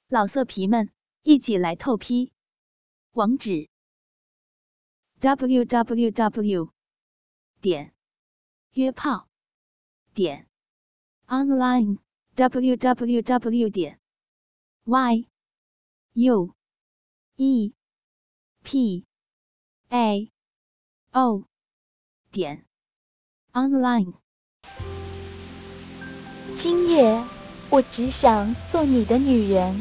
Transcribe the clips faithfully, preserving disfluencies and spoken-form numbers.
老色皮们，一起来透批！网址 ：double u double u double u 点约炮点 online double u double u double u 点 y u e p a o 点 online。 今夜我只想做你的女人。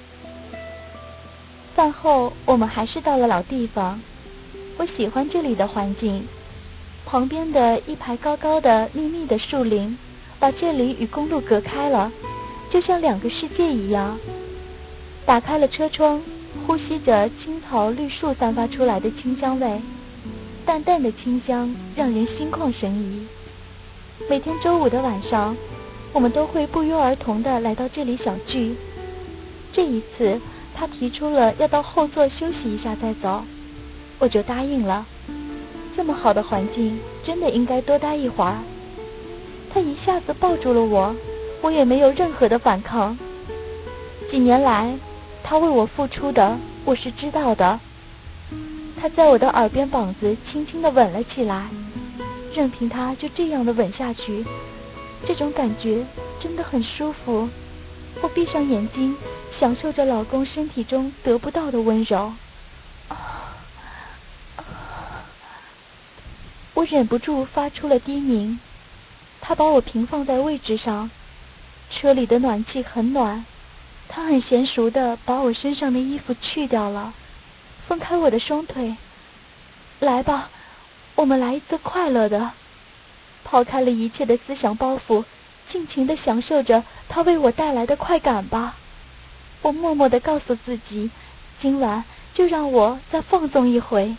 饭后我们还是到了老地方，我喜欢这里的环境，旁边的一排高高的密密的树林把这里与公路隔开了，就像两个世界一样。打开了车窗，呼吸着青草绿树散发出来的清香味，淡淡的清香让人心旷神怡。每天周五的晚上，我们都会不约而同地来到这里小聚。这一次他提出了要到后座休息一下再走，我就答应了。这么好的环境，真的应该多待一会儿。他一下子抱住了我，我也没有任何的反抗。几年来他为我付出的我是知道的。他在我的耳边膀子轻轻地吻了起来，任凭他就这样的吻下去，这种感觉真的很舒服。我闭上眼睛，享受着老公身体中得不到的温柔。我忍不住发出了低鸣。他把我平放在位置上，车里的暖气很暖，他很娴熟地把我身上的衣服去掉了，分开我的双腿。来吧，我们来一次快乐的。抛开了一切的思想包袱，尽情地享受着他为我带来的快感吧。我默默地告诉自己，今晚就让我再放纵一回。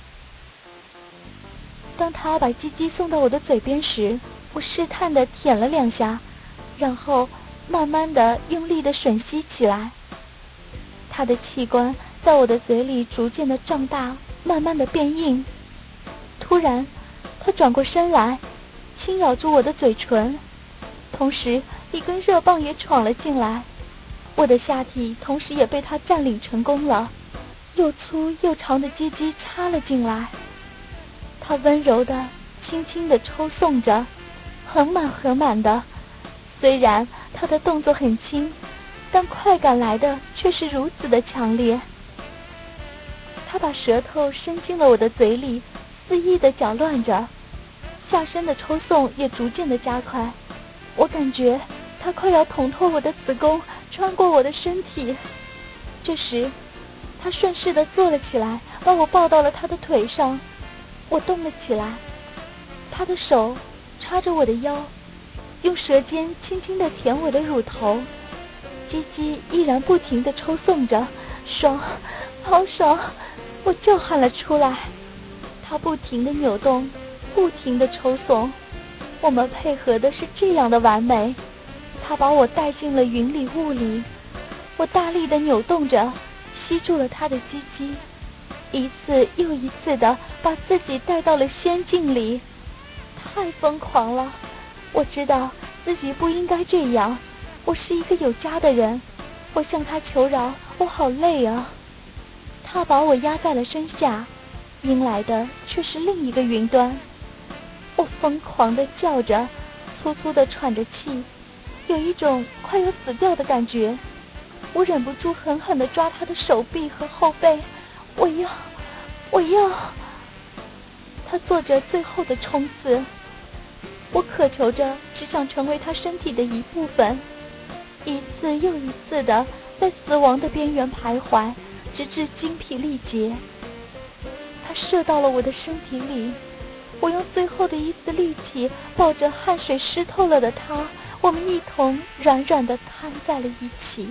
当他把鸡鸡送到我的嘴边时，我试探地舔了两下，然后慢慢地用力地吮吸起来。他的器官在我的嘴里逐渐地胀大，慢慢地变硬。突然他转过身来，轻咬住我的嘴唇，同时一根热棒也闯了进来。我的下体同时也被他占领成功了，又粗又长的鸡鸡插了进来。他温柔的轻轻的抽送着，很满很满的。虽然他的动作很轻，但快感来的却是如此的强烈。他把舌头伸进了我的嘴里，肆意的搅乱着，下身的抽送也逐渐的加快。我感觉他快要捅破我的子宫，穿过我的身体。这时他顺势的坐了起来，把我抱到了他的腿上。我动了起来，他的手插着我的腰，用舌尖轻轻地舔我的乳头，鸡鸡依然不停地抽送着，爽，好爽！我叫喊了出来。他不停地扭动，不停地抽送，我们配合的是这样的完美。他把我带进了云里雾里，我大力地扭动着，吸住了他的鸡鸡，一次又一次地把自己带到了仙境里。太疯狂了，我知道自己不应该这样，我是一个有家的人。我向他求饶，我好累啊。他把我压在了身下，迎来的却是另一个云端。我疯狂地叫着，粗粗地喘着气，有一种快要死掉的感觉。我忍不住狠狠地抓他的手臂和后背，我要我要他做着最后的冲刺。我渴求着，只想成为他身体的一部分，一次又一次的在死亡的边缘徘徊，直至精疲力竭。他射到了我的身体里，我用最后的一丝力气抱着汗水湿透了的他，我们一同软软的瘫在了一起。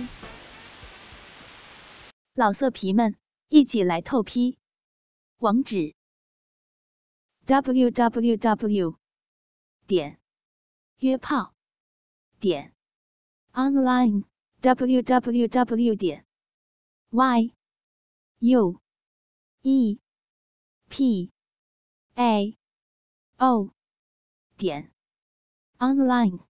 老色皮们，一起来透批！网址 ：double u double u double u 点约炮点 online double u double u double u 点 y u e p a o 点 online。